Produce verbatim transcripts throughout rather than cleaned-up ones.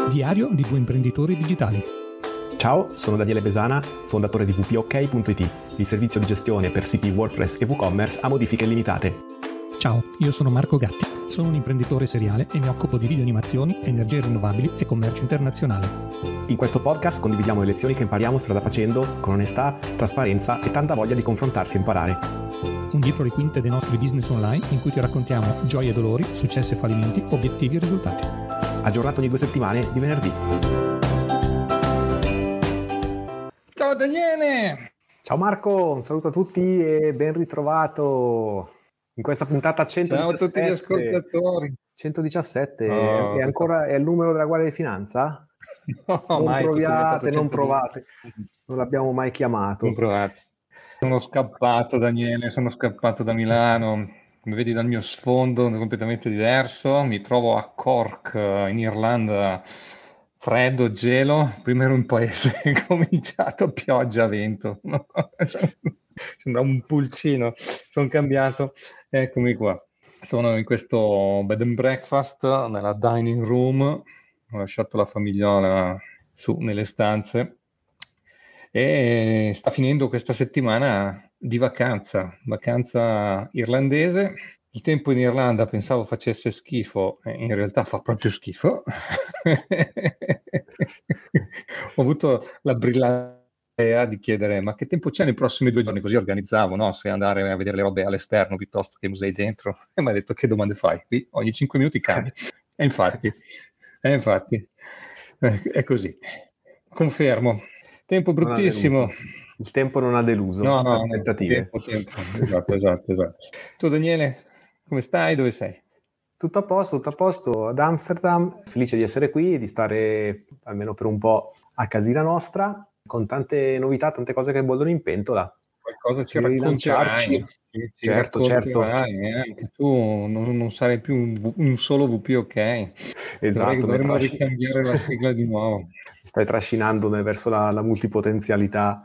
Diario di due imprenditori digitali. Ciao, sono Daniele Besana, fondatore di w p o k punto i t, il servizio di gestione per siti WordPress e WooCommerce a modifiche limitate. Ciao, io sono Marco Gatti, sono un imprenditore seriale e mi occupo di video animazioni, energie rinnovabili e commercio internazionale. In questo podcast condividiamo le lezioni che impariamo strada facendo, con onestà, trasparenza e tanta voglia di confrontarsi e imparare. Un dietro le quinte dei nostri business online in cui ti raccontiamo gioie e dolori, successi e fallimenti, obiettivi e risultati. Aggiornato ogni due settimane di venerdì. Ciao Daniele! Ciao Marco, un saluto a tutti e ben ritrovato in questa puntata centodiciassette. Ciao a tutti gli ascoltatori. centodiciassette, Oh, è ancora è il numero della Guardia di Finanza? No, non mai, proviate, non provate, non l'abbiamo mai chiamato. Non provate. Sono scappato Daniele, sono scappato da Milano, come vedi dal mio sfondo completamente diverso, mi trovo a Cork in Irlanda, freddo, gelo, prima ero in paese, è cominciato pioggia, vento, sembra un pulcino, sono cambiato, eccomi qua, sono in questo bed and breakfast nella dining room, ho lasciato la famigliola su nelle stanze e sta finendo questa settimana di vacanza, vacanza irlandese. Il tempo in Irlanda pensavo facesse schifo, e in realtà fa proprio schifo. Ho avuto la brillante idea di chiedere ma che tempo c'è nei prossimi due giorni, così organizzavo, no? Se andare a vedere le robe all'esterno piuttosto che ai musei dentro. E mi ha detto che domande fai? Qui ogni cinque minuti cambi. E infatti, e infatti è così. Confermo. Tempo bruttissimo. Il tempo non ha deluso. No, no, aspettative. No, tempo, tempo. Esatto, esatto, esatto. Tu Daniele, come stai? Dove sei? Tutto a posto, tutto a posto ad Amsterdam. Felice di essere qui e di stare almeno per un po' a casina nostra, con tante novità, tante cose che bollono in pentola. Qualcosa ci racconterai. Ci, ci certo, certo. Eh? Anche tu non, non sarai più un, un solo W P O K. Esatto. Dovremmo ricambiare la sigla di nuovo. Stai trascinando verso la, la multipotenzialità.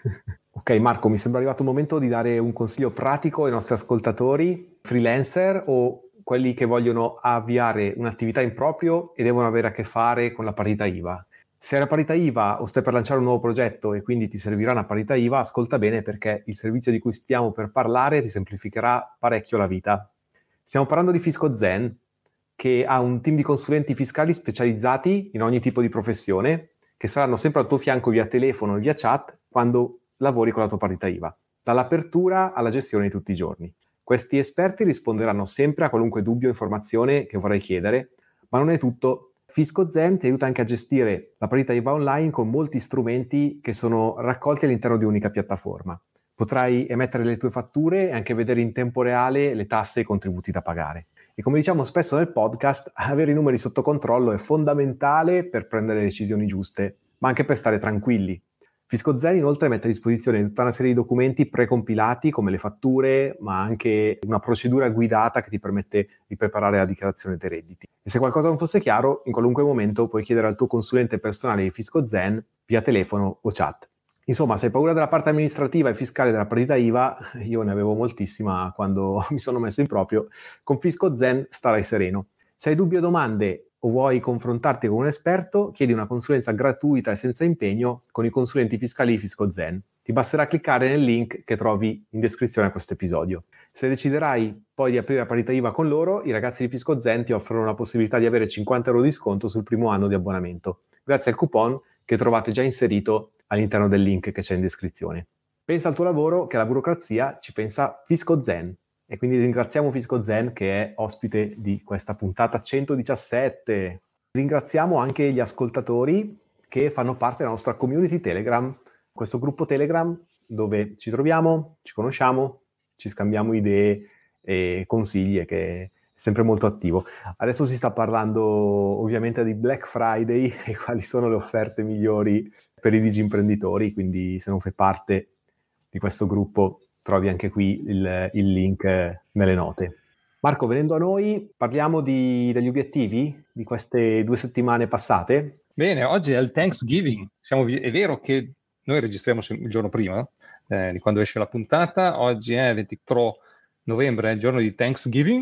Ok Marco, mi sembra arrivato il momento di dare un consiglio pratico ai nostri ascoltatori, freelancer o quelli che vogliono avviare un'attività in proprio e devono avere a che fare con la partita I V A. Se hai la partita I V A o stai per lanciare un nuovo progetto e quindi ti servirà una partita I V A, ascolta bene perché il servizio di cui stiamo per parlare ti semplificherà parecchio la vita. Stiamo parlando di Fisco Zen, che ha un team di consulenti fiscali specializzati in ogni tipo di professione, che saranno sempre al tuo fianco via telefono e via chat quando lavori con la tua partita I V A, dall'apertura alla gestione di tutti i giorni. Questi esperti risponderanno sempre a qualunque dubbio o informazione che vorrai chiedere, ma non è tutto. Fisco Zen ti aiuta anche a gestire la partita I V A online con molti strumenti che sono raccolti all'interno di un'unica piattaforma. Potrai emettere le tue fatture e anche vedere in tempo reale le tasse e i contributi da pagare. E come diciamo spesso nel podcast, avere i numeri sotto controllo è fondamentale per prendere le decisioni giuste, ma anche per stare tranquilli. Fisco Zen inoltre mette a disposizione tutta una serie di documenti precompilati come le fatture, ma anche una procedura guidata che ti permette di preparare la dichiarazione dei redditi. E se qualcosa non fosse chiaro, in qualunque momento puoi chiedere al tuo consulente personale di Fisco Zen via telefono o chat. Insomma, se hai paura della parte amministrativa e fiscale della partita I V A, io ne avevo moltissima quando mi sono messo in proprio, con Fisco Zen starai sereno. Se hai dubbi o domande o vuoi confrontarti con un esperto, chiedi una consulenza gratuita e senza impegno con i consulenti fiscali di Fisco Zen. Ti basterà cliccare nel link che trovi in descrizione a questo episodio. Se deciderai poi di aprire la partita I V A con loro, i ragazzi di Fisco Zen ti offrono la possibilità di avere cinquanta euro di sconto sul primo anno di abbonamento, grazie al coupon che trovate già inserito all'interno del link che c'è in descrizione. Pensa al tuo lavoro, che alla burocrazia ci pensa Fisco Zen. E quindi ringraziamo Fisco Zen che è ospite di questa puntata centodiciassette. Ringraziamo anche gli ascoltatori che fanno parte della nostra community Telegram, questo gruppo Telegram dove ci troviamo, ci conosciamo, ci scambiamo idee e consigli e che è sempre molto attivo. Adesso si sta parlando ovviamente di Black Friday e quali sono le offerte migliori per i digi imprenditori, quindi se non fai parte di questo gruppo trovi anche qui il, il link nelle note. Marco, venendo a noi, parliamo di, degli obiettivi di queste due settimane passate. Bene, oggi è il Thanksgiving. Siamo, è vero che noi registriamo il giorno prima eh, di quando esce la puntata. Oggi è ventiquattro novembre, è il giorno di Thanksgiving.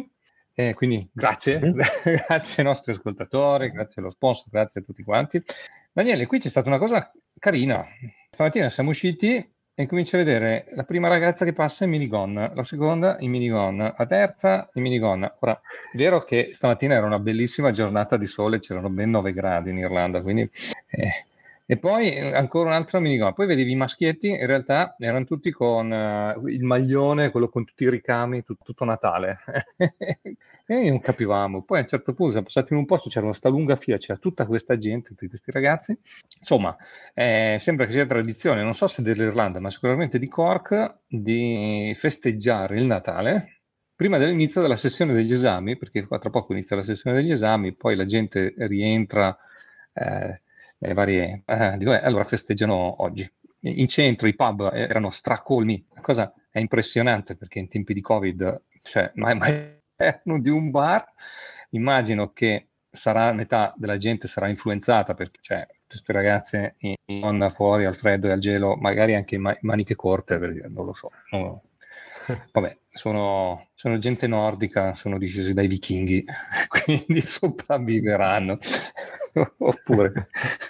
Eh, quindi grazie, mm. grazie ai nostri ascoltatori, grazie allo sponsor, grazie a tutti quanti. Daniele, qui c'è stata una cosa carina. Stamattina siamo usciti e cominci a vedere la prima ragazza che passa in minigonna, la seconda in minigonna, la terza in minigonna. Ora, è vero che stamattina era una bellissima giornata di sole, c'erano ben nove gradi in Irlanda, quindi... Eh, e poi ancora un'altra minigonna. Poi vedevi i maschietti, in realtà erano tutti con uh, il maglione, quello con tutti i ricami, tutto, tutto Natale. E non capivamo. Poi a un certo punto siamo passati in un posto, c'era questa lunga fila, c'era tutta questa gente, tutti questi ragazzi. Insomma, eh, sembra che sia tradizione, non so se dell'Irlanda, ma sicuramente di Cork, di festeggiare il Natale prima dell'inizio della sessione degli esami, perché qua tra poco inizia la sessione degli esami, poi la gente rientra... Eh, le varie, eh, dico, eh, allora festeggiano oggi. In centro i pub erano stracolmi, la cosa è impressionante perché in tempi di Covid, cioè, mai, mai erano di un bar, immagino che sarà metà della gente sarà influenzata perché cioè, queste ragazze in donna fuori al freddo e al gelo, magari anche in maniche corte, non lo so. Non, vabbè, sono, sono gente nordica, sono discesi dai vichinghi, quindi sopravviveranno. Oppure,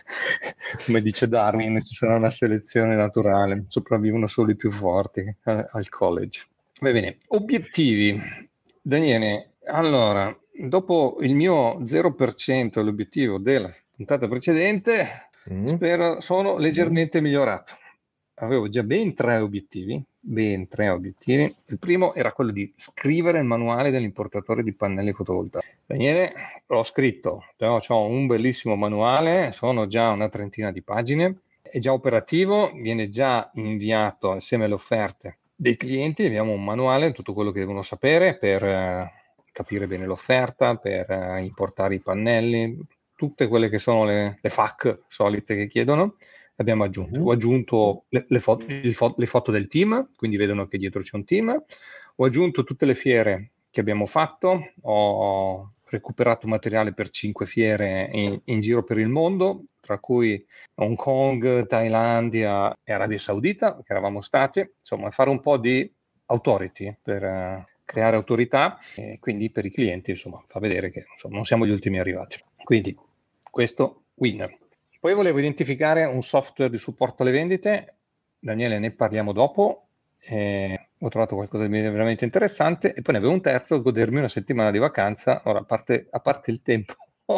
come dice Darwin, ci sarà una selezione naturale, sopravvivono solo i più forti eh, al college. Va bene, obiettivi. Daniele, allora, dopo il mio zero per cento, l'obiettivo della puntata precedente, mm. spero sono leggermente migliorato. Avevo già ben tre obiettivi, ben tre obiettivi. Il primo era quello di scrivere il manuale dell'importatore di pannelli fotovoltaici. Daniele, l'ho scritto, ho un bellissimo manuale, sono già una trentina di pagine, è già operativo, viene già inviato assieme alle offerte dei clienti, abbiamo un manuale, tutto quello che devono sapere per eh, capire bene l'offerta, per eh, importare i pannelli, tutte quelle che sono le, le F A Q solite che chiedono. Abbiamo aggiunto, mm-hmm. ho aggiunto le, le, foto, fo- le foto del team, quindi vedono che dietro c'è un team, ho aggiunto tutte le fiere che abbiamo fatto, ho recuperato materiale per cinque fiere in, in giro per il mondo, tra cui Hong Kong, Thailandia e Arabia Saudita, che eravamo stati, insomma fare un po' di authority per uh, creare autorità e quindi per i clienti insomma fa vedere che insomma, non siamo gli ultimi arrivati. Quindi questo winner. Poi volevo identificare un software di supporto alle vendite, Daniele ne parliamo dopo, eh, ho trovato qualcosa di veramente interessante e poi ne avevo un terzo, godermi una settimana di vacanza, ora a parte, a parte il tempo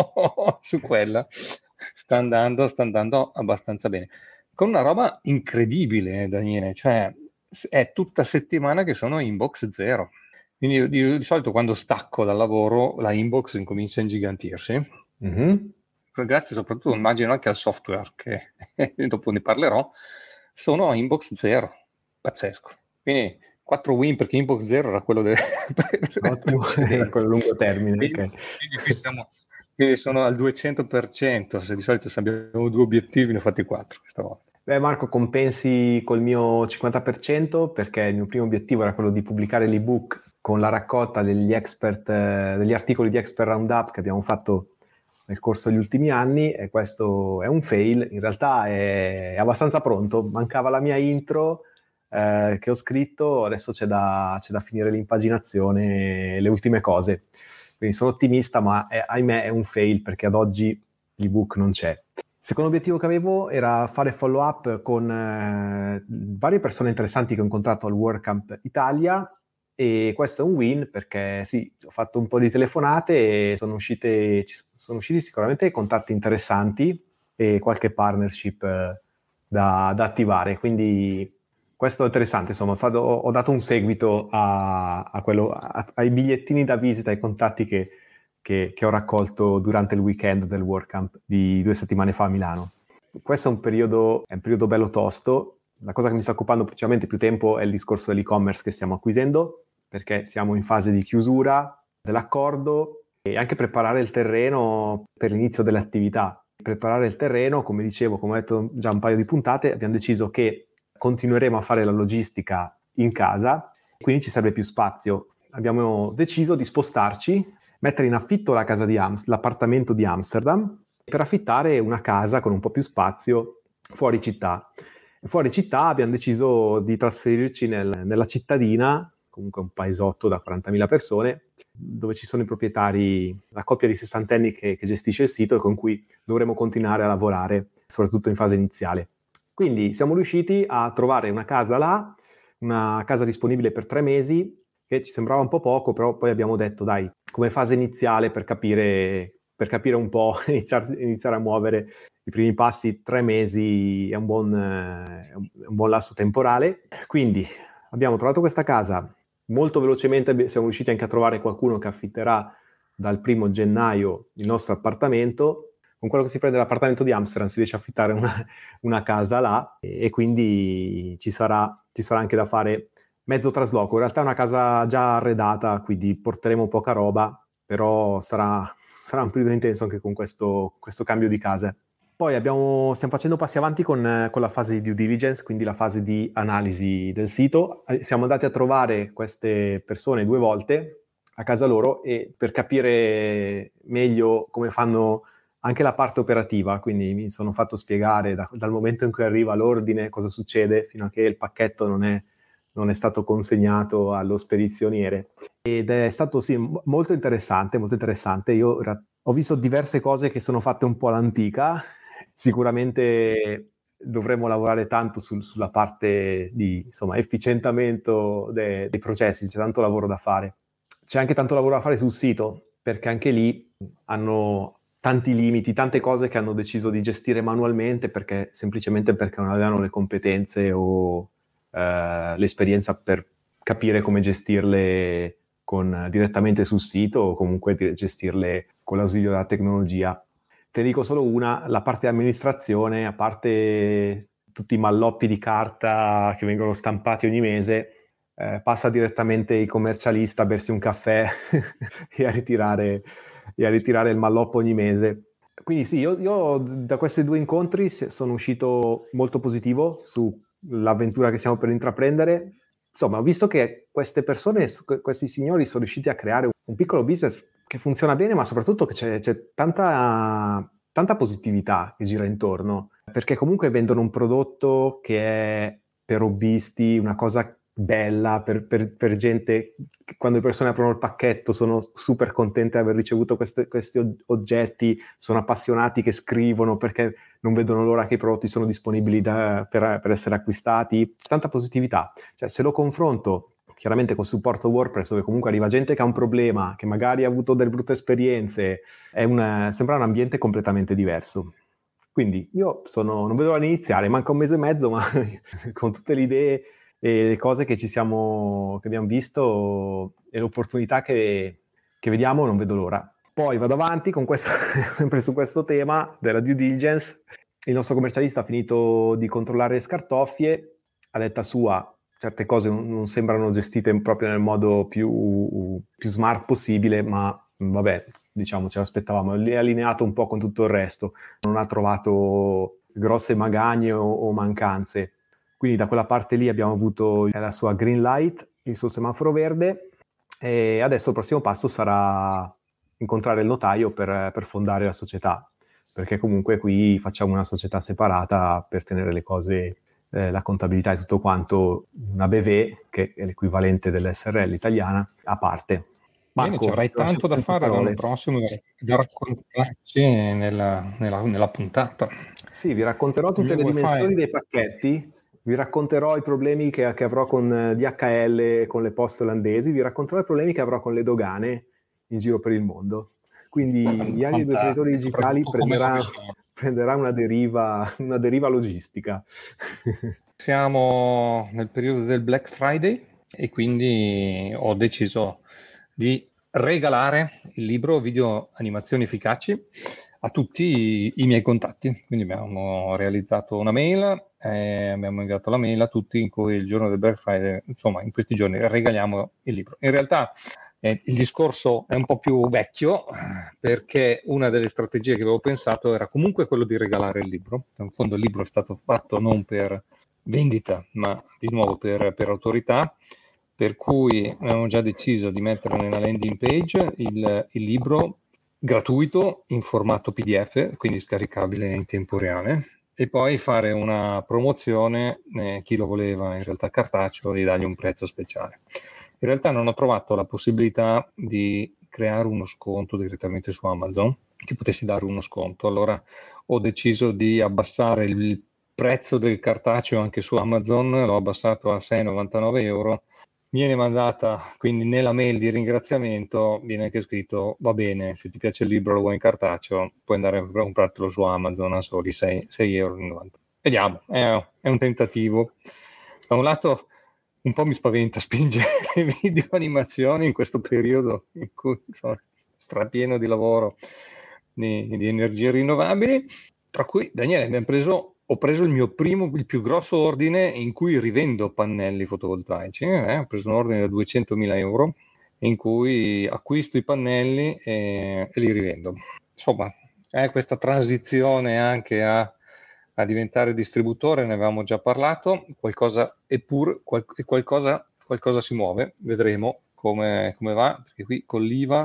su quella, sta andando, sta andando abbastanza bene, con una roba incredibile Daniele, cioè è tutta settimana che sono inbox zero, quindi io, io, di solito quando stacco dal lavoro la inbox incomincia a ingigantirsi. Mm-hmm. Grazie soprattutto immagino anche al software che dopo ne parlerò, sono inbox zero, pazzesco. Quindi quattro win perché inbox zero era quello del ottimo, era quello a lungo termine. Quindi, okay. quindi, qui siamo, quindi sono al duecento per cento, se di solito se abbiamo due obiettivi ne ho fatti quattro questa volta. Beh Marco, compensi col mio cinquanta per cento perché il mio primo obiettivo era quello di pubblicare l'ebook con la raccolta degli expert, eh, degli articoli di Expert Roundup che abbiamo fatto nel corso degli ultimi anni e questo è un fail, in realtà è, è abbastanza pronto, mancava la mia intro eh, che ho scritto, adesso c'è da, c'è da finire l'impaginazione e le ultime cose, quindi sono ottimista ma è, ahimè è un fail perché ad oggi l'ebook non c'è. Il secondo obiettivo che avevo era fare follow up con eh, varie persone interessanti che ho incontrato al WordCamp Italia. E questo è un win perché sì, ho fatto un po' di telefonate e sono uscite, sono usciti sicuramente contatti interessanti e qualche partnership eh, da, da attivare, quindi questo è interessante, insomma, ho, ho dato un seguito a, a quello, a, ai bigliettini da visita, ai contatti che, che, che ho raccolto durante il weekend del WordCamp di due settimane fa a Milano. Questo è un periodo, è un periodo bello tosto. La cosa che mi sta occupando principalmente più tempo è il discorso dell'e-commerce che stiamo acquisendo, perché siamo in fase di chiusura dell'accordo e anche preparare il terreno per l'inizio delle attività. Preparare il terreno, come dicevo, come ho detto già un paio di puntate, abbiamo deciso che continueremo a fare la logistica in casa, quindi ci serve più spazio. Abbiamo deciso di spostarci, mettere in affitto la casa di Am- l'appartamento di Amsterdam per affittare una casa con un po' più spazio fuori città. Fuori città abbiamo deciso di trasferirci nel, nella cittadina, comunque un paesotto da quarantamila persone, dove ci sono i proprietari, la coppia di sessantenni che, che gestisce il sito e con cui dovremo continuare a lavorare, soprattutto in fase iniziale. Quindi siamo riusciti a trovare una casa là, una casa disponibile per tre mesi, che ci sembrava un po' poco, però poi abbiamo detto dai, come fase iniziale per capire, per capire un po', iniziare, iniziare a muovere i primi passi, tre mesi è un buon, è un buon lasso temporale. Quindi abbiamo trovato questa casa, molto velocemente siamo riusciti anche a trovare qualcuno che affitterà dal primo gennaio il nostro appartamento. Con quello che si prende l'appartamento di Amsterdam si riesce a affittare una, una casa là e, e quindi ci sarà, ci sarà anche da fare mezzo trasloco. In realtà è una casa già arredata, quindi porteremo poca roba, però sarà, sarà un periodo intenso anche con questo, questo cambio di casa. Poi abbiamo, stiamo facendo passi avanti con, con la fase di due diligence, quindi la fase di analisi del sito. Siamo andati a trovare queste persone due volte a casa loro e per capire meglio come fanno anche la parte operativa, quindi mi sono fatto spiegare da, dal momento in cui arriva l'ordine cosa succede fino a che il pacchetto non è, non è stato consegnato allo spedizioniere. Ed è stato sì molto interessante, molto interessante. Io ho visto diverse cose che sono fatte un po' all'antica. Sicuramente dovremmo lavorare tanto sul, sulla parte di insomma efficientamento de, dei processi, c'è tanto lavoro da fare. C'è anche tanto lavoro da fare sul sito, perché anche lì hanno tanti limiti, tante cose che hanno deciso di gestire manualmente perché semplicemente perché non avevano le competenze o eh, l'esperienza per capire come gestirle con, direttamente sul sito o comunque gestirle con l'ausilio della tecnologia. Te ne dico solo una, la parte di amministrazione, a parte tutti i malloppi di carta che vengono stampati ogni mese, eh, passa direttamente il commercialista a bersi un caffè e a ritirare e a ritirare il malloppo ogni mese. Quindi sì, io, io da questi due incontri sono uscito molto positivo sull'avventura che stiamo per intraprendere. Insomma, ho visto che queste persone, questi signori sono riusciti a creare un piccolo business che funziona bene, ma soprattutto che c'è, c'è tanta, tanta positività che gira intorno, perché comunque vendono un prodotto che è per hobbisti, una cosa bella per, per, per gente che quando le persone aprono il pacchetto sono super contente di aver ricevuto queste, questi oggetti, sono appassionati che scrivono perché non vedono l'ora che i prodotti sono disponibili da, per, per essere acquistati. C'è tanta positività, cioè se lo confronto chiaramente con supporto WordPress dove comunque arriva gente che ha un problema, che magari ha avuto delle brutte esperienze, è un, sembra un ambiente completamente diverso. Quindi io sono, non vedo l'ora di iniziare, manca un mese e mezzo, ma con tutte le idee e le cose che ci siamo, che abbiamo visto e le opportunità che, che vediamo, non vedo l'ora. Poi vado avanti con questo, sempre su questo tema della due diligence. Il nostro commercialista ha finito di controllare le scartoffie, a detta sua certe cose non, non sembrano gestite proprio nel modo più, più smart possibile, ma vabbè, diciamo ce l'aspettavamo, è allineato un po' con tutto il resto, non ha trovato grosse magagne o, o mancanze. Quindi da quella parte lì abbiamo avuto la sua green light, il suo semaforo verde, e adesso il prossimo passo sarà incontrare il notaio per, per fondare la società, perché comunque qui facciamo una società separata per tenere le cose, eh, la contabilità e tutto quanto, una B V, che è l'equivalente dell'S R L italiana, a parte. Marco, bene, ci avrai tanto da fare l'anno prossimo da raccontarci nella, nella, nella puntata. Sì, vi racconterò tutte le dimensioni dei pacchetti, vi racconterò i problemi che, che avrò con D H L e con le poste olandesi, vi racconterò i problemi che avrò con le dogane in giro per il mondo. Quindi gli anni due operatori digitali prenderà, prenderà una deriva, una deriva logistica. Siamo nel periodo del Black Friday e quindi ho deciso di regalare il libro Video Animazioni Efficaci a tutti i miei contatti. Quindi abbiamo realizzato una mail e abbiamo inviato la mail a tutti in cui il giorno del Black Friday, insomma in questi giorni regaliamo il libro. In realtà eh, il discorso è un po' più vecchio perché una delle strategie che avevo pensato era comunque quello di regalare il libro. In fondo il libro è stato fatto non per vendita ma di nuovo per, per autorità, per cui abbiamo già deciso di mettere nella landing page il, il libro gratuito in formato P D F, quindi scaricabile in tempo reale, e poi fare una promozione, eh, chi lo voleva in realtà cartaceo, di dargli un prezzo speciale. in realtà non ho trovato la possibilità di creare uno sconto direttamente su Amazon, che potessi dare uno sconto. Allora ho deciso di abbassare il prezzo del cartaceo anche su Amazon, l'ho abbassato a sei virgola novantanove euro. Viene mandata, quindi nella mail di ringraziamento viene anche scritto: va bene, se ti piace il libro, lo vuoi in cartaceo, puoi andare a comprartelo su Amazon a soli sei virgola novanta euro. Vediamo, è, è un tentativo. Da un lato un po' mi spaventa spingere le video animazioni in questo periodo in cui sono strapieno di lavoro di, di energie rinnovabili, tra cui, Daniele, abbiamo preso, ho preso il mio primo, il più grosso ordine in cui rivendo pannelli fotovoltaici, eh? Ho preso un ordine da duecentomila euro in cui acquisto i pannelli e, e li rivendo. Insomma, è questa transizione anche a a diventare distributore, ne avevamo già parlato, qualcosa, eppure qual, qualcosa, qualcosa si muove, vedremo come, come va, perché qui con l'I V A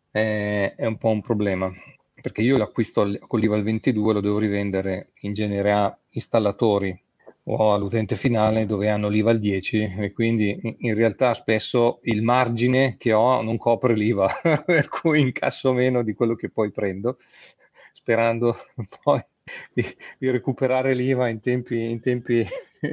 è, è un po' un problema, perché io l'acquisto con l'I V A al ventidue, lo devo rivendere in genere a installatori o all'utente finale dove hanno l'I V A al dieci, e quindi in, in realtà spesso il margine che ho non copre l'I V A, per cui incasso meno di quello che poi prendo, sperando poi Di, di recuperare l'I V A in tempi, in tempi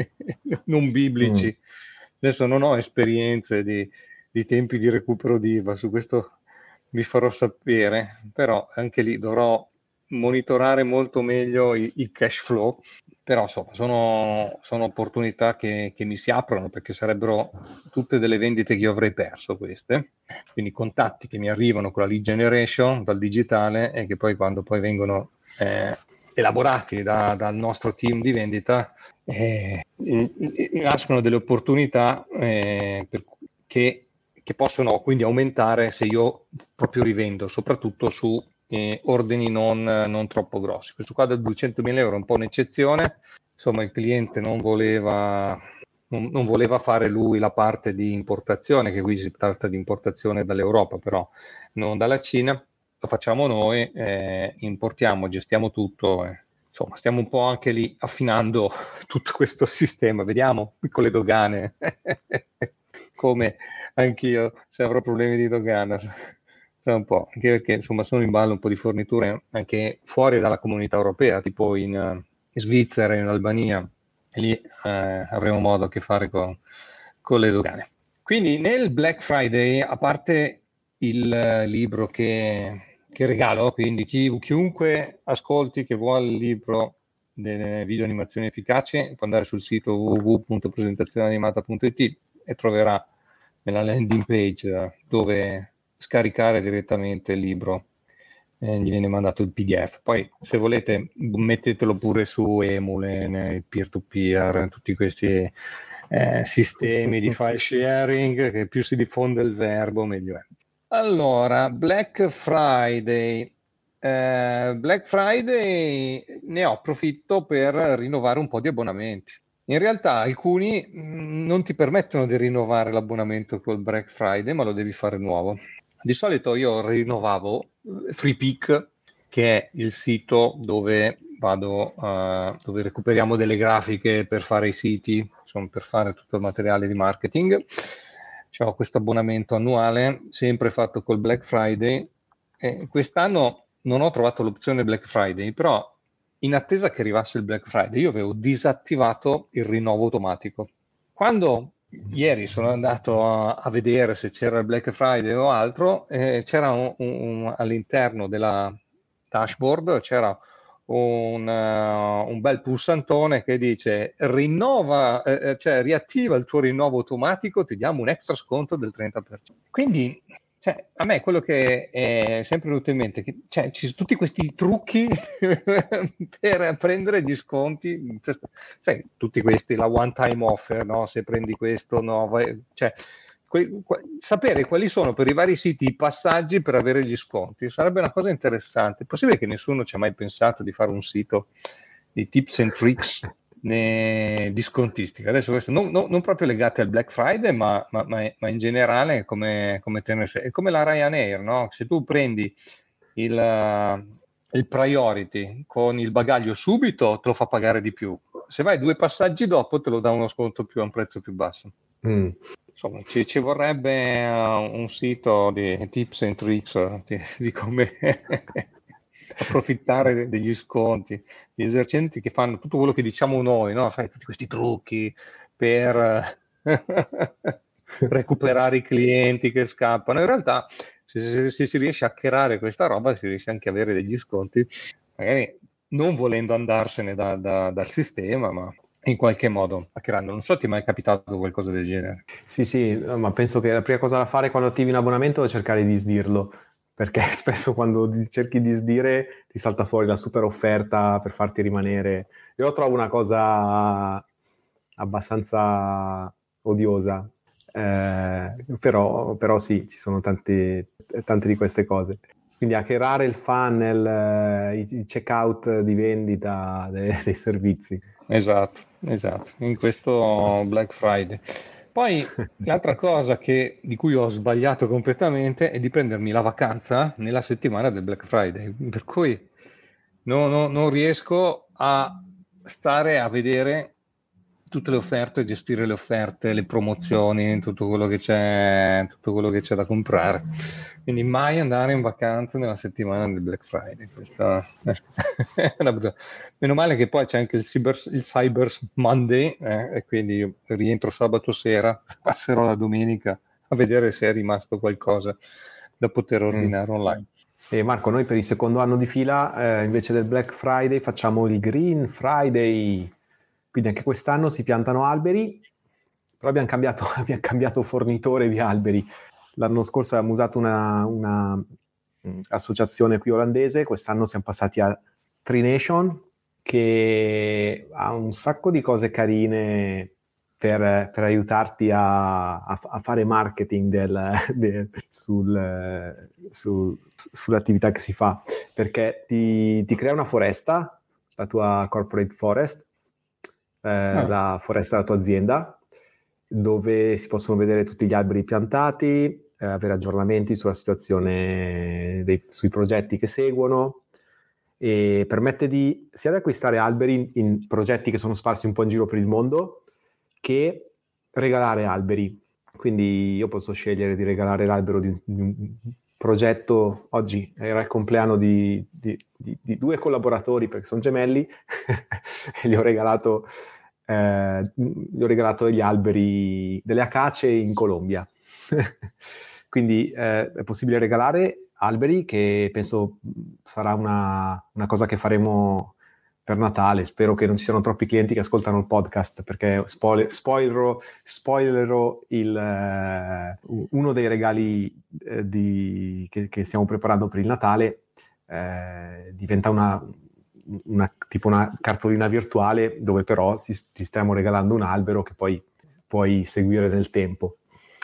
non biblici. Mm. Adesso non ho esperienze di, di tempi di recupero di I V A, su questo vi farò sapere, però anche lì dovrò monitorare molto meglio il, il cash flow, però insomma sono, sono opportunità che, che mi si aprono, perché sarebbero tutte delle vendite che io avrei perso queste, quindi contatti che mi arrivano con la lead generation dal digitale e che poi quando poi vengono eh, elaborati da, dal nostro team di vendita eh, nascono delle opportunità eh, per, che, che possono quindi aumentare se io proprio rivendo, soprattutto su eh, ordini non, non troppo grossi. Questo qua da duecentomila euro è un po' un'eccezione, insomma il cliente non voleva, non, non voleva fare lui la parte di importazione, che qui si tratta di importazione dall'Europa, però non dalla Cina. Lo facciamo noi, eh, importiamo, gestiamo tutto, eh. Insomma stiamo un po' anche lì affinando tutto questo sistema, vediamo con le dogane come anch'io se avrò problemi di dogana tra un po', anche perché insomma sono in ballo un po' di forniture anche fuori dalla comunità europea, tipo in, in Svizzera, in Albania, e lì eh, avremo modo a che fare con, con le dogane. Quindi nel Black Friday, a parte il libro che che regalo, quindi chi, chiunque ascolti che vuole il libro delle video animazioni efficaci può andare sul sito w w w punto presentazioneanimata punto i t e troverà nella landing page dove scaricare direttamente il libro, eh, gli viene mandato il P D F. Poi se volete mettetelo pure su Emule, peer-to-peer, tutti questi eh, sistemi di file sharing, che più si diffonde il verbo meglio è. Allora, Black Friday. Eh, Black Friday ne ho approfitto per rinnovare un po' di abbonamenti. In realtà alcuni mh, non ti permettono di rinnovare l'abbonamento col Black Friday, ma lo devi fare nuovo. Di solito io rinnovavo FreePic, che è il sito dove vado, uh, dove recuperiamo delle grafiche per fare i siti, insomma, per fare tutto il materiale di marketing. Ho questo abbonamento annuale, sempre fatto col Black Friday. E quest'anno non ho trovato l'opzione Black Friday, però in attesa che arrivasse il Black Friday io avevo disattivato il rinnovo automatico. Quando ieri sono andato a, a vedere se c'era il Black Friday o altro, eh, c'era un, un, all'interno della dashboard c'era Un, uh, un bel pulsantone che dice rinnova, eh, cioè riattiva il tuo rinnovo automatico, ti diamo un extra sconto del trenta per cento. Quindi cioè, a me quello che è sempre venuto in mente, che cioè, ci sono tutti questi trucchi per prendere gli sconti, cioè, tutti questi, la one time offer, no? Se prendi questo, no, vai, cioè, que, que, sapere quali sono per i vari siti i passaggi per avere gli sconti sarebbe una cosa interessante. È possibile che nessuno ci ha mai pensato di fare un sito di tips and tricks né, di scontistica? Adesso questo non, non, non proprio legate al Black Friday, ma, ma, ma in generale come, come tenere, è come la Ryanair, no? Se tu prendi il, il priority con il bagaglio subito te lo fa pagare di più, se vai due passaggi dopo te lo dà uno sconto più a un prezzo più basso. Mm. insomma, ci, ci vorrebbe uh, un sito di tips and tricks di, di come approfittare degli sconti, gli esercenti che fanno tutto quello che diciamo noi, no? Fai tutti questi trucchi per recuperare i clienti che scappano. In realtà, se, se, se si riesce a hackerare questa roba, si riesce anche a avere degli sconti, magari non volendo andarsene da, da, dal sistema, ma in qualche modo hackerando. Non so, ti è mai capitato qualcosa del genere? Sì, sì, ma penso che la prima cosa da fare quando attivi un abbonamento è cercare di sdirlo, perché spesso quando cerchi di sdire ti salta fuori la super offerta per farti rimanere. Io lo trovo una cosa abbastanza odiosa, eh, però, però sì, ci sono tanti, tante di queste cose. Quindi hackerare il funnel, eh, i checkout di vendita dei, dei servizi. Esatto, esatto, in questo Black Friday. Poi l'altra cosa che, di cui ho sbagliato completamente è di prendermi la vacanza nella settimana del Black Friday, per cui no, no, non riesco a stare a vedere tutte le offerte, gestire le offerte, le promozioni, tutto quello che c'è, tutto quello che c'è da comprare. Quindi mai andare in vacanza nella settimana del Black Friday. Questa è una brutta. Meno male che poi c'è anche il Cyber, il Cyber Monday, eh, e quindi io rientro sabato sera, passerò la domenica a vedere se è rimasto qualcosa da poter ordinare mm. online. E Marco, noi per il secondo anno di fila, eh, invece del Black Friday, facciamo il Green Friday. Quindi anche quest'anno si piantano alberi, però abbiamo cambiato, abbiamo cambiato fornitore di alberi. L'anno scorso abbiamo usato una, una mh, associazione qui olandese, quest'anno siamo passati a Tree Nation, che ha un sacco di cose carine per, per aiutarti a, a, a fare marketing del, del, sul, sul, sull'attività che si fa, perché ti, ti crea una foresta, la tua corporate forest, Eh, ah. la foresta della tua azienda, dove si possono vedere tutti gli alberi piantati, eh, avere aggiornamenti sulla situazione dei, sui progetti che seguono, e permette di sia di acquistare alberi in, in progetti che sono sparsi un po' in giro per il mondo, che regalare alberi. Quindi io posso scegliere di regalare l'albero di un, di un progetto. Oggi era il compleanno di, di, di, di due collaboratori, perché sono gemelli, e gli ho regalato eh, gli ho regalato degli alberi, delle acacie in Colombia. Quindi eh, è possibile regalare alberi, che penso sarà una, una cosa che faremo per Natale. Spero che non ci siano troppi clienti che ascoltano il podcast, perché spoiler, spoilerò, spoilerò il, eh, uno dei regali eh, di, che, che stiamo preparando per il Natale. Eh, diventa una, una tipo una cartolina virtuale, dove però ti, ti stiamo regalando un albero che poi puoi seguire nel tempo,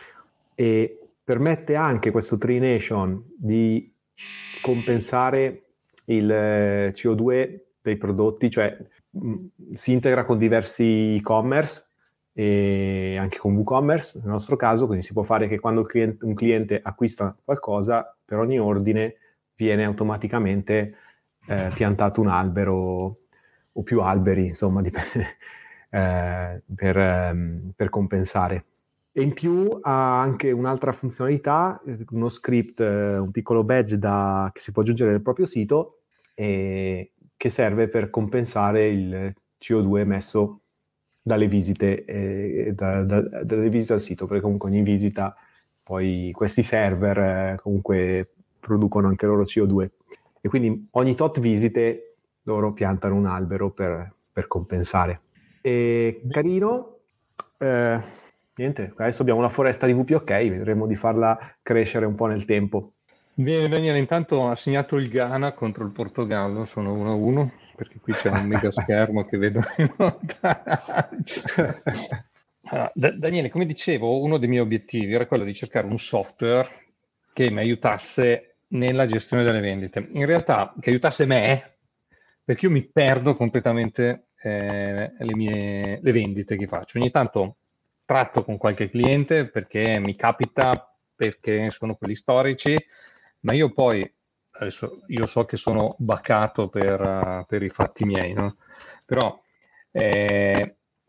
e permette anche questo Tree Nation di compensare il C O due dei prodotti, cioè mh, si integra con diversi e-commerce e anche con WooCommerce nel nostro caso, quindi si può fare che quando il cliente, un cliente acquista qualcosa, per ogni ordine viene automaticamente eh, piantato un albero o più alberi, insomma, dipende, eh, per, ehm, per compensare. E in più ha anche un'altra funzionalità, uno script, un piccolo badge da, che si può aggiungere nel proprio sito, e che serve per compensare il C O due emesso dalle visite, eh, da, da, dalle visite al sito, perché comunque ogni visita, poi questi server eh, comunque producono anche loro C O due, e quindi ogni tot visite loro piantano un albero per, per compensare. E carino. Eh, niente, adesso abbiamo una foresta di W P O K, vedremo di farla crescere un po' nel tempo. Bene, Daniele, intanto ha segnato il Ghana contro il Portogallo, sono uno a uno, perché qui c'è un mega schermo che vedo in lontananza. Ah, da- Daniele, come dicevo, uno dei miei obiettivi era quello di cercare un software che mi aiutasse nella gestione delle vendite. In realtà, che aiutasse me, perché io mi perdo completamente eh, le mie le vendite che faccio. Ogni tanto tratto con qualche cliente perché mi capita, perché sono quelli storici, ma io poi, adesso io so che sono bacato per, uh, per i fatti miei, no? Però eh,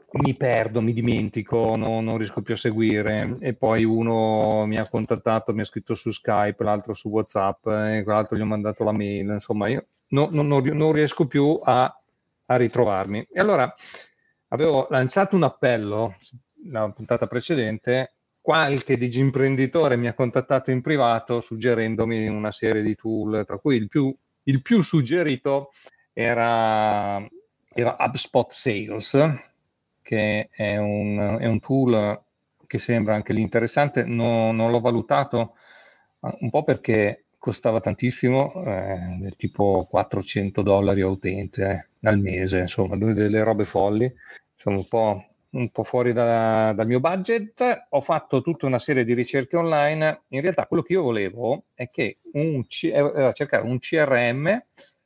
mi perdo, mi dimentico, no, non riesco più a seguire, e poi uno mi ha contattato, mi ha scritto su Skype, l'altro su WhatsApp, e quell'altro gli ho mandato la mail, insomma io no, no, non, non riesco più a, a ritrovarmi. E allora avevo lanciato un appello, la puntata precedente, qualche digiimprenditore mi ha contattato in privato suggerendomi una serie di tool, tra cui il più, il più suggerito era, era HubSpot Sales, che è un, è un tool che sembra anche lì interessante. No, non l'ho valutato, un po' perché costava tantissimo, eh, del tipo quattrocento dollari a utente eh, al mese, insomma, delle robe folli, insomma un po', un po' fuori da, dal mio budget. Ho fatto tutta una serie di ricerche online. In realtà quello che io volevo è che un C- era cercare un C R M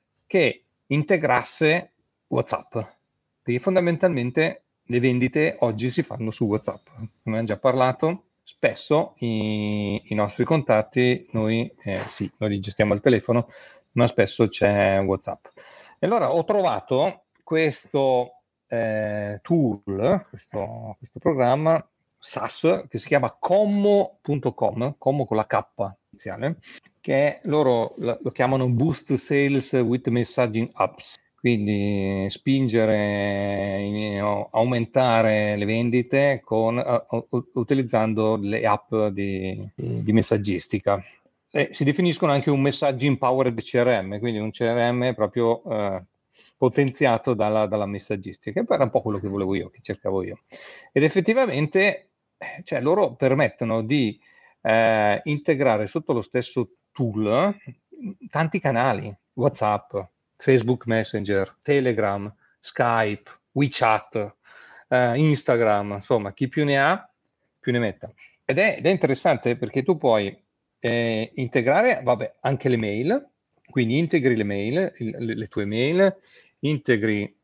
che integrasse WhatsApp, perché fondamentalmente le vendite oggi si fanno su WhatsApp. Come abbiamo già parlato, spesso i, i nostri contatti noi eh, sì, noi li gestiamo al telefono, ma spesso c'è WhatsApp. E allora ho trovato questo eh, tool, questo, questo programma SaaS che si chiama commo punto com, Commo con la K iniziale, che loro lo, lo chiamano Boost Sales with Messaging Apps. Quindi spingere, in, aumentare le vendite con, uh, utilizzando le app di, di messaggistica. E si definiscono anche un messaging powered C R M, quindi un C R M proprio uh, potenziato dalla, dalla messaggistica, che era un po' quello che volevo io, che cercavo io. Ed effettivamente, cioè, loro permettono di uh, integrare sotto lo stesso tool tanti canali, WhatsApp, Facebook Messenger, Telegram, Skype, WeChat, eh, Instagram, insomma, chi più ne ha, più ne metta. Ed è, ed è interessante perché tu puoi eh, integrare, vabbè, anche le mail, quindi integri le mail, il, le, le tue mail, integri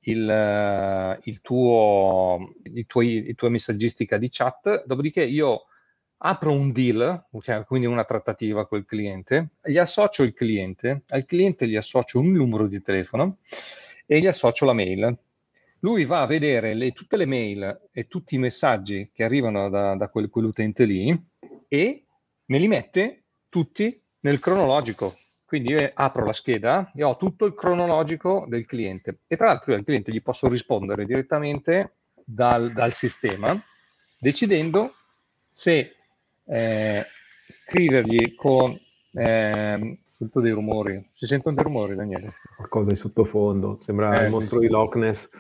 il, uh, il tuo, i tuoi, i tuoi messaggistica di chat, dopodiché io apro un deal, cioè quindi una trattativa col cliente, gli associo il cliente, al cliente gli associo un numero di telefono e gli associo la mail. Lui va a vedere le, tutte le mail e tutti i messaggi che arrivano da, da quel, quell'utente lì e me li mette tutti nel cronologico. Quindi io apro la scheda e ho tutto il cronologico del cliente. E tra l'altro io al cliente gli posso rispondere direttamente dal, dal sistema, decidendo se eh, scrivergli con eh, sento dei rumori. Si sentono dei rumori, Daniele? Qualcosa di sottofondo, sembra eh, il mostro sì, di Loch Ness.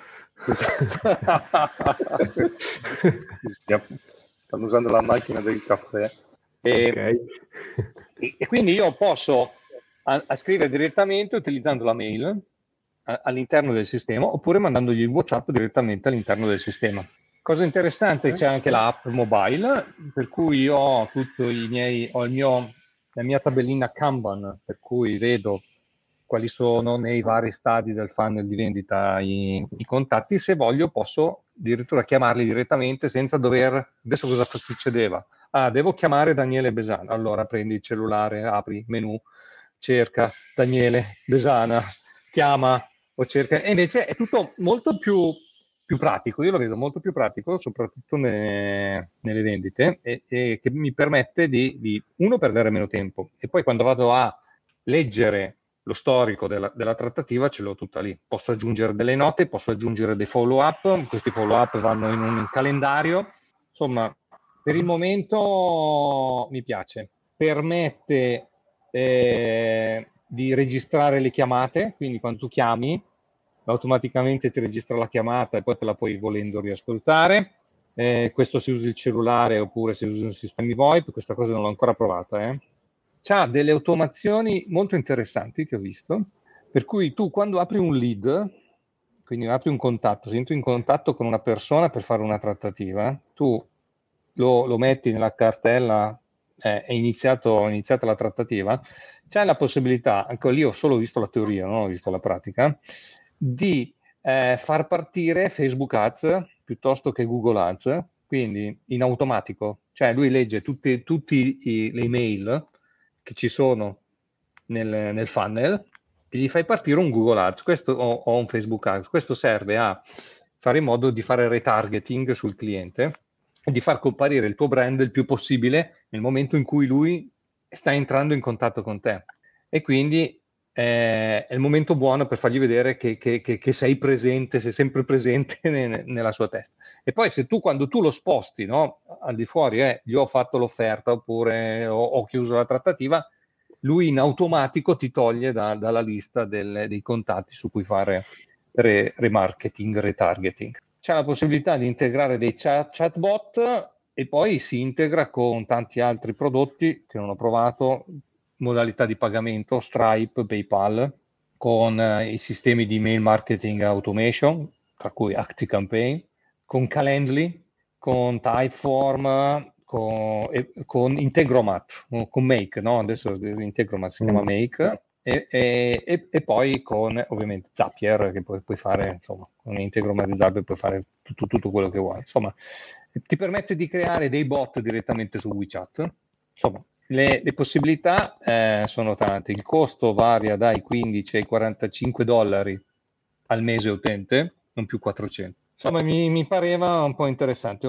Stanno usando la macchina del caffè. E, okay. e, e quindi io posso a, a scrivere direttamente utilizzando la mail a, all'interno del sistema, oppure mandandogli il WhatsApp direttamente all'interno del sistema. Cosa interessante, c'è anche l'app mobile, per cui io ho tutti i miei, ho il mio, la mia tabellina Kanban, per cui vedo quali sono nei vari stadi del funnel di vendita i, i contatti. Se voglio posso addirittura chiamarli direttamente senza dover... Adesso cosa succedeva? Ah, devo chiamare Daniele Besana. Allora prendi il cellulare, apri menu, cerca Daniele Besana, chiama o cerca... E invece è tutto molto più, più pratico, io lo vedo molto più pratico, soprattutto nelle, nelle vendite, e, e che mi permette di, di, uno, perdere meno tempo, e poi quando vado a leggere lo storico della, della trattativa ce l'ho tutta lì. Posso aggiungere delle note, posso aggiungere dei follow up, questi follow up vanno in un calendario. Insomma, per il momento mi piace. Permette eh, di registrare le chiamate, quindi quando tu chiami automaticamente ti registra la chiamata e poi te la puoi volendo riascoltare. Eh, questo se usi il cellulare oppure se usi un sistema VoIP, questa cosa non l'ho ancora provata, eh. C'ha delle automazioni molto interessanti che ho visto, per cui tu quando apri un lead, quindi apri un contatto, se entri in contatto con una persona per fare una trattativa, tu lo, lo metti nella cartella, eh, è iniziato, è iniziata la trattativa, c'hai la possibilità, anche lì ho solo visto la teoria, non ho visto la pratica, di eh, far partire Facebook Ads piuttosto che Google Ads, quindi in automatico, cioè lui legge tutte tutti le email che ci sono nel, nel funnel e gli fai partire un Google Ads questo, o, o un Facebook Ads. Questo serve a fare in modo di fare retargeting sul cliente e di far comparire il tuo brand il più possibile nel momento in cui lui sta entrando in contatto con te. E quindi eh, è il momento buono per fargli vedere che, che, che, che sei presente, sei sempre presente ne, nella sua testa. E poi se tu, quando tu lo sposti, no, al di fuori, eh, gli ho fatto l'offerta oppure ho, ho chiuso la trattativa, lui in automatico ti toglie da, dalla lista del, dei contatti su cui fare re, remarketing, retargeting. C'è la possibilità di integrare dei chat, chatbot e poi si integra con tanti altri prodotti che non ho provato, modalità di pagamento, Stripe, PayPal, con eh, i sistemi di mail marketing automation, tra cui ActiveCampaign, con Calendly, con Typeform, con, e, con Integromat, con Make, no? Adesso Integromat si chiama Make, e, e, e poi con ovviamente Zapier, che puoi, puoi fare, insomma, con Integromat di Zapier puoi fare tutto, tutto quello che vuoi. Insomma, ti permette di creare dei bot direttamente su WeChat. Insomma, le, le possibilità eh, sono tante. Il costo varia dai quindici ai quarantacinque dollari al mese utente, non più quattrocento. Insomma, mi, mi pareva un po' interessante.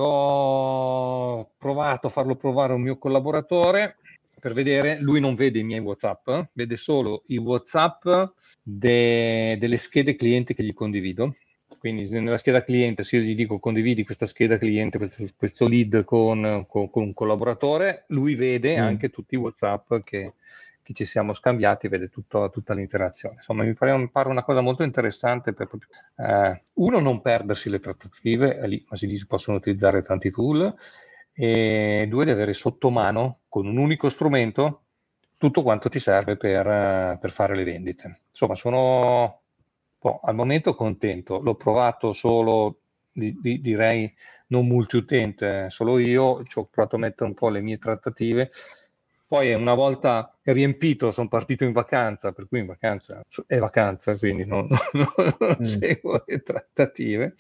Ho provato a farlo provare a un mio collaboratore per vedere, lui non vede i miei WhatsApp, vede solo i WhatsApp de, delle schede clienti che gli condivido. Quindi nella scheda cliente, se io gli dico condividi questa scheda cliente, questo, questo lead con, con, con un collaboratore, lui vede mm. anche tutti i WhatsApp che, che ci siamo scambiati, vede tutto, tutta l'interazione. Insomma, mi pare, mi pare una cosa molto interessante per eh, uno, non perdersi le trattative, lì ma si possono utilizzare tanti tool, e due, di avere sotto mano con un unico strumento tutto quanto ti serve per, per fare le vendite. Insomma, sono Oh, al momento contento, l'ho provato solo, di, di, direi non multiutente, solo io, ci ho provato a mettere un po' le mie trattative, poi una volta riempito sono partito in vacanza, per cui in vacanza è vacanza, quindi non, non, non mm. seguo le trattative,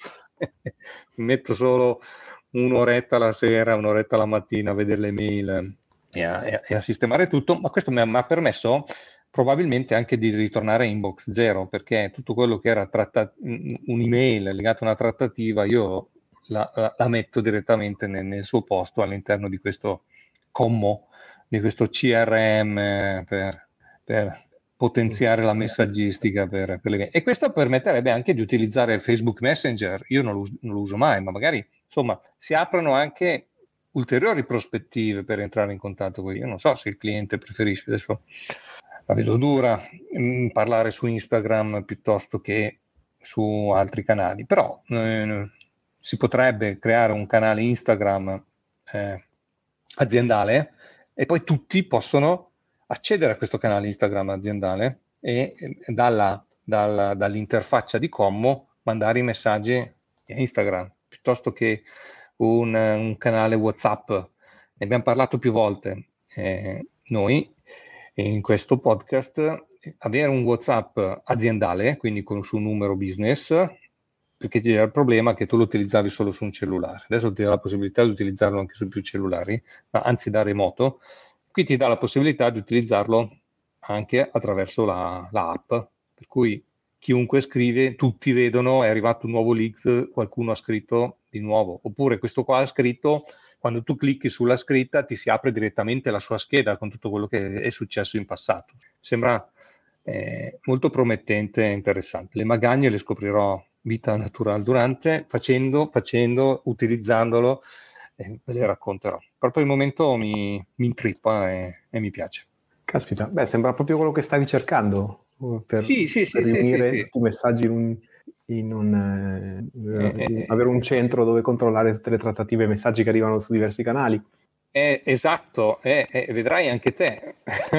metto solo un'oretta la sera, un'oretta la mattina a vedere le mail e a, e a sistemare tutto, ma questo mi ha, mi ha permesso probabilmente anche di ritornare a inbox zero, perché tutto quello che era tratta- un'email legata a una trattativa io la, la, la metto direttamente nel, nel suo posto all'interno di questo commo, di questo C R M per, per potenziare la messaggistica per, per le... e questo permetterebbe anche di utilizzare Facebook Messenger. Io non lo, non lo uso mai, ma magari insomma si aprono anche ulteriori prospettive per entrare in contatto con io. Non so se il cliente preferisce, adesso la vedo dura, mh, parlare su Instagram piuttosto che su altri canali, però eh, si potrebbe creare un canale Instagram eh, aziendale e poi tutti possono accedere a questo canale Instagram aziendale e eh, dalla, dalla, dall'interfaccia di Commo mandare i messaggi a Instagram piuttosto che un, un canale WhatsApp. Ne abbiamo parlato più volte eh, noi in questo podcast. Avere un WhatsApp aziendale, quindi con su un numero business, perché c'era il problema che tu lo utilizzavi solo su un cellulare. Adesso ti dà la possibilità di utilizzarlo anche su più cellulari, ma anzi da remoto. Qui ti dà la possibilità di utilizzarlo anche attraverso la, la app, per cui chiunque scrive, tutti vedono, è arrivato un nuovo leaks, qualcuno ha scritto di nuovo, oppure questo qua ha scritto, quando tu clicchi sulla scritta ti si apre direttamente la sua scheda con tutto quello che è successo in passato. Sembra eh, molto promettente e interessante. Le magagne le scoprirò vita naturale durante, facendo, facendo, utilizzandolo, e ve le racconterò. Però per il momento mi, mi intrippa e, e mi piace. Caspita, beh, sembra proprio quello che stavi cercando per, sì, sì, per sì, riunire sì, sì, tutti i messaggi in un, in un eh, eh, avere un centro dove controllare tutte le trattative e messaggi che arrivano su diversi canali. Eh, esatto, eh, eh, vedrai anche te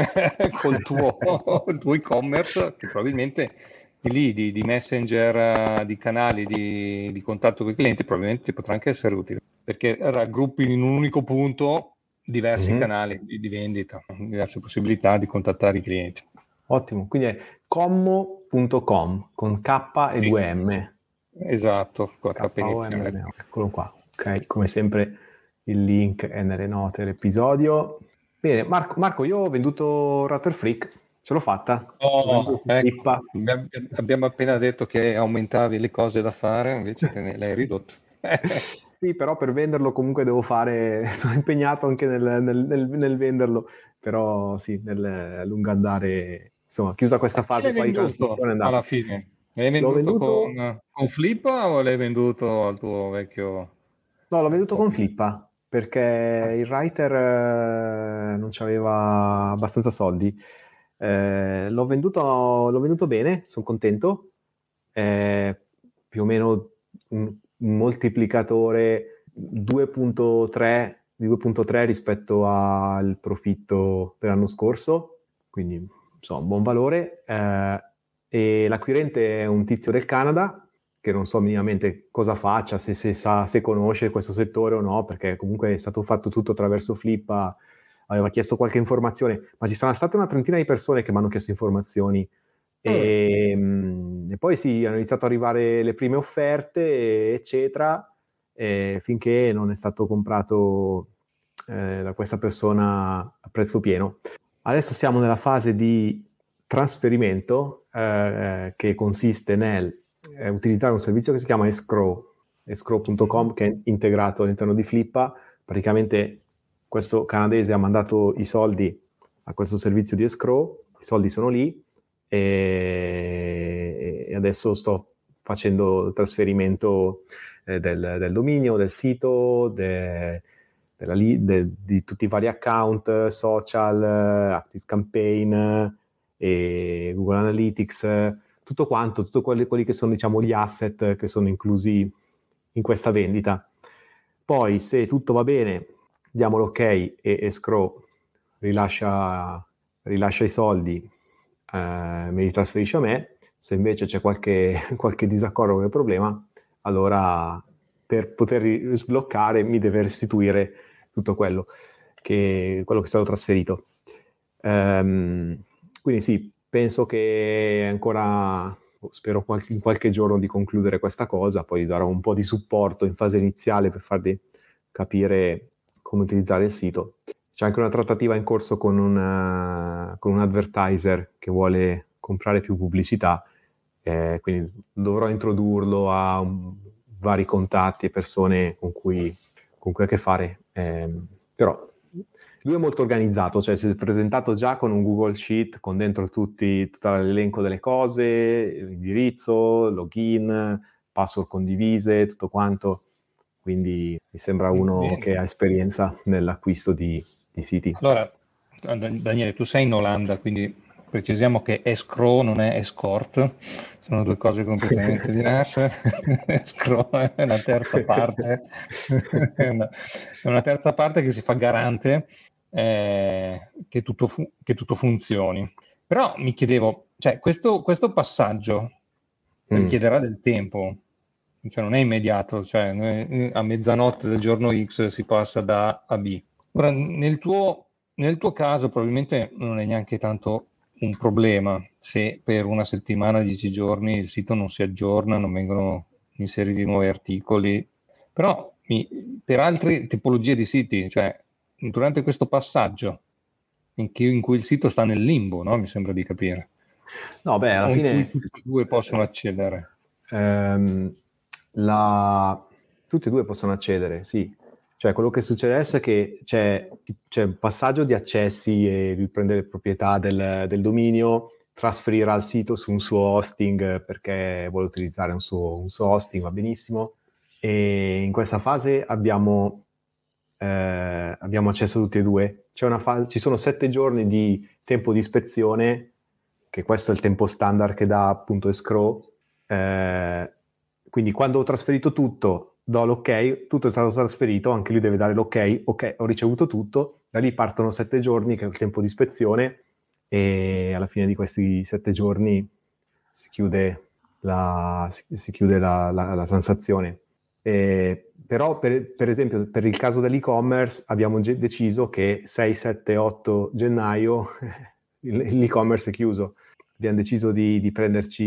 col tuo, il tuo e-commerce che probabilmente lì di, di messenger, di canali di, di contatto con i clienti probabilmente potrà anche essere utile, perché raggruppi in un unico punto diversi mm-hmm. canali di, di vendita, diverse possibilità di contattare i clienti. Ottimo, quindi è commo punto com con K e sì. due M. Esatto, con K O M M, eccolo qua. Ok, come sempre il link è nelle note dell'episodio. Bene, Marco, Marco io ho venduto Router Freak, Ce l'ho fatta. Oh, ecco, abbiamo appena detto che aumentavi le cose da fare, invece te ne l'hai ridotto. Sì, però per venderlo comunque devo fare, sono impegnato anche nel, nel, nel, nel venderlo, però sì, nel a lungo andare, insomma, chiusa questa fase qua di transizione è andata. Alla fine, l'hai venduto, venduto... Con, con Flippa o l'hai venduto al tuo vecchio? No, l'ho venduto con Flippa, perché il writer eh, non c'aveva abbastanza soldi. Eh, l'ho venduto, l'ho venduto bene, sono contento. Eh, più o meno un, un moltiplicatore due virgola tre di due virgola tre rispetto al profitto dell'anno scorso, quindi insomma buon valore. Eh, e l'acquirente è un tizio del Canada, che non so minimamente cosa faccia, se, se, sa, se conosce questo settore o no, perché comunque è stato fatto tutto attraverso Flippa, aveva chiesto qualche informazione, ma ci sono state una trentina di persone che mi hanno chiesto informazioni e, mm. e poi sì, hanno iniziato ad arrivare le prime offerte, eccetera, e finché non è stato comprato eh, da questa persona a prezzo pieno. Adesso siamo nella fase di trasferimento eh, che consiste nel eh, utilizzare un servizio che si chiama escrow, escrow punto com, che è integrato all'interno di Flippa. Praticamente questo canadese ha mandato i soldi a questo servizio di escrow, i soldi sono lì e, e adesso sto facendo il trasferimento eh, del, del dominio, del sito, de, della, de, di tutti i vari account, social, Active Campaign e Google Analytics, tutto quanto, tutto quelli, quelli che sono, diciamo, gli asset che sono inclusi in questa vendita. Poi, se tutto va bene, diamo l'ok e escrow rilascia, rilascia i soldi, eh, me li trasferisce a me. Se invece c'è qualche, qualche disaccordo, qualche problema, allora per poter sbloccare mi deve restituire tutto quello che, quello che è stato trasferito. Um, quindi sì, penso che ancora, spero qualche, in qualche giorno di concludere questa cosa, poi darò un po' di supporto in fase iniziale per farvi capire come utilizzare il sito. C'è anche una trattativa in corso con un, uh, con un advertiser che vuole comprare più pubblicità, eh, quindi dovrò introdurlo a un, vari contatti e persone con cui, con cui ha a che fare, eh, però lui è molto organizzato, cioè si è presentato già con un Google Sheet con dentro tutti, tutto l'elenco delle cose, indirizzo, login, password condivise, tutto quanto, quindi mi sembra uno Bene. Che ha esperienza nell'acquisto di, di siti. Allora, Daniele, tu sei in Olanda, quindi precisiamo che escrow non è escort, sono due cose completamente diverse. Escrow è una terza parte, è una, è una terza parte che si fa garante eh, che, tutto fu- che tutto funzioni. Però mi chiedevo, cioè questo, questo passaggio mm. richiederà del tempo, cioè non è immediato, cioè a mezzanotte del giorno X si passa da A a B. Ora, nel tuo, nel tuo caso probabilmente non è neanche tanto un problema se per una settimana, dieci giorni il sito non si aggiorna, non vengono inseriti nuovi articoli, però mi, per altre tipologie di siti, cioè durante questo passaggio in, che, in cui il sito sta nel limbo, no? Mi sembra di capire. No, beh, alla o fine... in cui tutti e due possono accedere. Ehm, la... Tutti e due possono accedere, sì. Cioè, quello che succede adesso è che c'è, c'è un passaggio di accessi e riprendere proprietà del, del dominio, trasferirà il sito su un suo hosting perché vuole utilizzare un suo, un suo hosting, va benissimo. E in questa fase abbiamo, eh, abbiamo accesso a tutti e due. C'è una fase, ci sono sette giorni di tempo di ispezione, che questo è il tempo standard che dà appunto escrow. Eh, quindi quando ho trasferito tutto, do l'ok, tutto è stato trasferito, anche lui deve dare l'ok, ok, ho ricevuto tutto, da lì partono sette giorni che è il tempo di ispezione e alla fine di questi sette giorni si chiude la, si, si chiude la, la, la transazione. Eh, però per, per esempio per il caso dell'e-commerce abbiamo ge- deciso che sei, sette, otto gennaio l'e-commerce è chiuso. Abbiamo deciso di, di prenderci,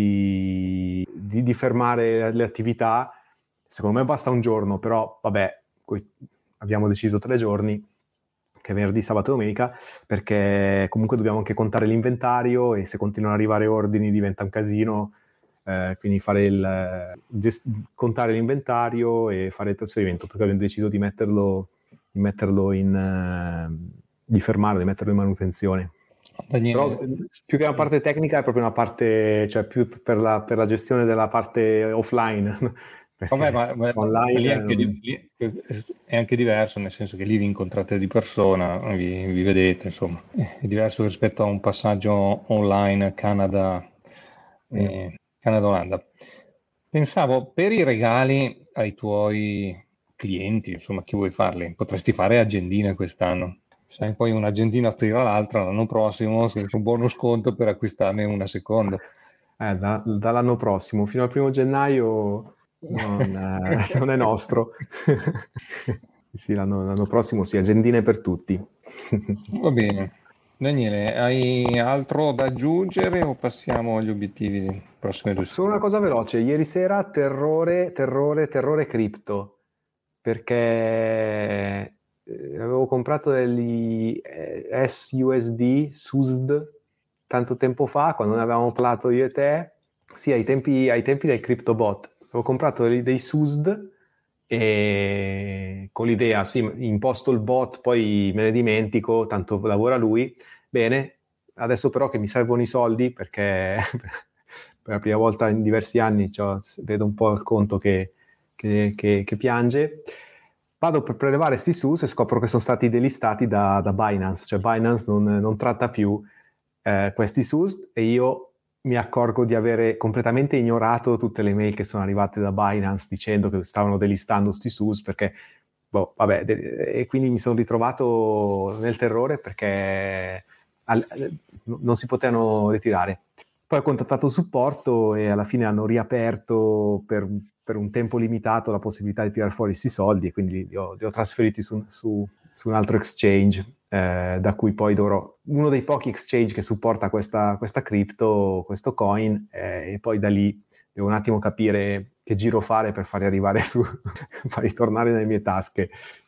di, di fermare le attività. Secondo me basta un giorno, però vabbè, abbiamo deciso tre giorni che è venerdì, sabato e domenica, perché comunque dobbiamo anche contare l'inventario e se continuano ad arrivare ordini diventa un casino, eh, quindi fare il, gest- contare l'inventario e fare il trasferimento, perché abbiamo deciso di metterlo, di metterlo in, eh, di fermarlo, di metterlo in manutenzione. Daniele. Però più che una parte tecnica è proprio una parte, cioè più per la, per la gestione della parte offline. Vabbè, ma, ma, online, ma lì, è anche, non... lì è anche diverso, nel senso che lì vi incontrate di persona, vi, vi vedete, insomma, è diverso rispetto a un passaggio online Canada, mm. eh, Canada-Olanda. Pensavo, per i regali ai tuoi clienti, insomma, chi vuoi farli? Potresti fare agendine quest'anno. Sai, poi un'agendina tira l'altra l'anno prossimo, c'è un buono sconto per acquistarne una seconda. Eh, da, dall'anno prossimo fino al primo gennaio non, eh, non è nostro. Sì, l'anno, l'anno prossimo sì, agendine per tutti. Va bene. Daniele, hai altro da aggiungere o passiamo agli obiettivi delle prossime due settimane? Solo una cosa veloce, ieri sera terrore, terrore, terrore cripto, perché avevo comprato degli S U S D, S U S D, tanto tempo fa, quando ne avevamo parlato io e te, sì, ai tempi, ai tempi del CryptoBot. Avevo comprato dei, dei S U S D e con l'idea, sì, imposto il bot, poi me ne dimentico, tanto lavora lui. Bene, adesso però che mi servono i soldi, perché per la prima volta in diversi anni cioè, vedo un po' il conto che, che, che, che piange. Vado per prelevare sti S U S e scopro che sono stati delistati da, da Binance, cioè Binance non, non tratta più eh, questi S U S D e io mi accorgo di avere completamente ignorato tutte le mail che sono arrivate da Binance dicendo che stavano delistando sti S U S D perché, boh, vabbè, de- e quindi mi sono ritrovato nel terrore perché al, non si potevano ritirare. Poi ho contattato il supporto e alla fine hanno riaperto per, per un tempo limitato la possibilità di tirare fuori questi soldi e quindi li ho, li ho trasferiti su, su, su un altro exchange eh, da cui poi dovrò, uno dei pochi exchange che supporta questa, questa cripto, questo coin eh, e poi da lì devo un attimo capire che giro fare per farli arrivare su, farli tornare nelle mie tasche.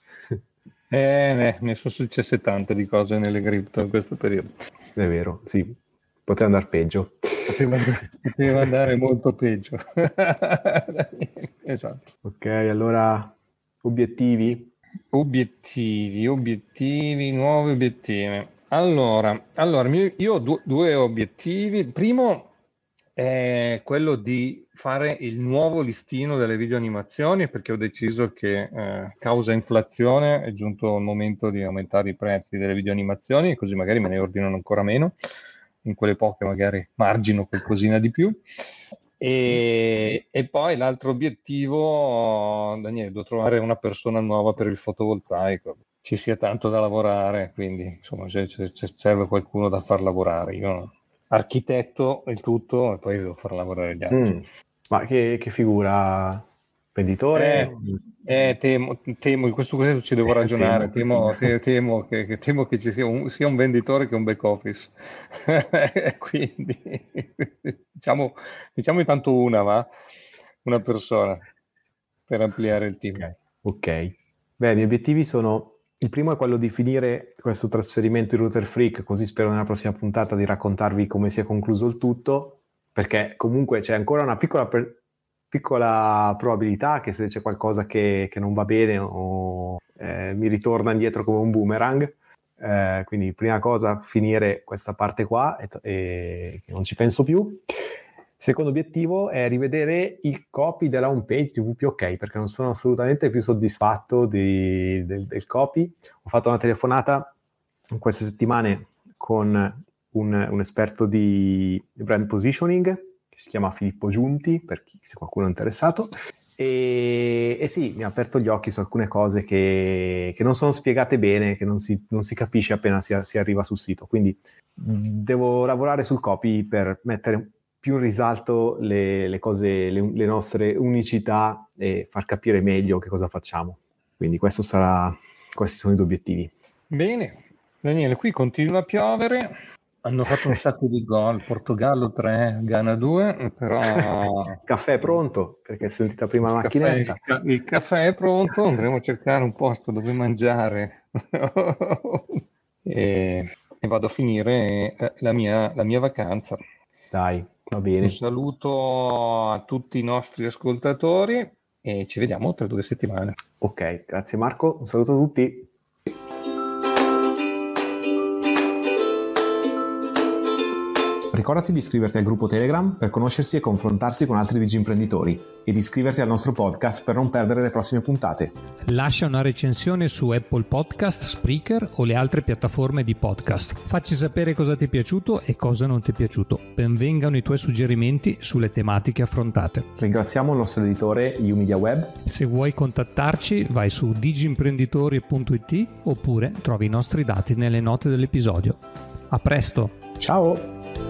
Eh, ne, ne sono successe tante di cose nelle cripto in questo periodo. È vero, sì, poteva andare peggio. Poteva andare, poteva andare molto peggio. Esatto. Ok, allora obiettivi? Obiettivi, obiettivi, nuovi obiettivi. Allora, allora io ho due, due obiettivi. Il primo è quello di fare il nuovo listino delle videoanimazioni perché ho deciso che eh, causa inflazione è giunto il momento di aumentare i prezzi delle videoanimazioni, così magari me ne ordinano ancora meno, in quelle poche magari margino qualcosina di più. E, e poi l'altro obiettivo, Daniele, devo trovare una persona nuova per il fotovoltaico. Ci sia tanto da lavorare, quindi insomma se, se, se serve qualcuno da far lavorare. Io architetto e tutto e poi devo far lavorare gli altri. Mm. Ma che, che figura? Venditore? Eh, eh, temo, temo, in questo caso ci devo ragionare, temo, temo, temo, che, che, temo che ci sia un, sia un venditore che un back office. Quindi diciamo, diciamo intanto una, va? Una persona per ampliare il team. Ok, okay. Beh, i miei obiettivi sono... Il primo è quello di finire questo trasferimento in Router Freak, così spero nella prossima puntata di raccontarvi come si è concluso il tutto, perché comunque c'è ancora una piccola, per, piccola probabilità che se c'è qualcosa che, che non va bene o eh, mi ritorna indietro come un boomerang. Eh, quindi prima cosa finire questa parte qua e, e non ci penso più. Secondo obiettivo è rivedere i copy della home page di W P O K perché non sono assolutamente più soddisfatto di, del, del copy. Ho fatto una telefonata in queste settimane con un, un esperto di brand positioning che si chiama Filippo Giunti, per chi, se qualcuno è interessato, e, e sì, mi ha aperto gli occhi su alcune cose che, che non sono spiegate bene, che non si, non si capisce appena si, si arriva sul sito. Quindi devo lavorare sul copy per mettere più in risalto le, le cose, le, le nostre unicità e far capire meglio che cosa facciamo. Quindi questo sarà, questi sono i due obiettivi. Bene, Daniele, qui continua a piovere, hanno fatto un sacco di gol, Portogallo tre, Ghana due, però... Il caffè è pronto, perché sentita prima la macchinetta. Caffè, il caffè è pronto, andremo a cercare un posto dove mangiare e, e vado a finire la mia, la mia vacanza. Dai, va bene. Un saluto a tutti i nostri ascoltatori e ci vediamo tra due settimane. Ok, grazie Marco, un saluto a tutti. Ricordati di iscriverti al gruppo Telegram per conoscersi e confrontarsi con altri digimprenditori e di iscriverti al nostro podcast per non perdere le prossime puntate. Lascia una recensione su Apple Podcast, Spreaker o le altre piattaforme di podcast. Facci sapere cosa ti è piaciuto e cosa non ti è piaciuto. Benvengano i tuoi suggerimenti sulle tematiche affrontate. Ringraziamo il nostro editore YouMedia Web. Se vuoi contattarci vai su digimprenditori punto it oppure trovi i nostri dati nelle note dell'episodio. A presto! Ciao!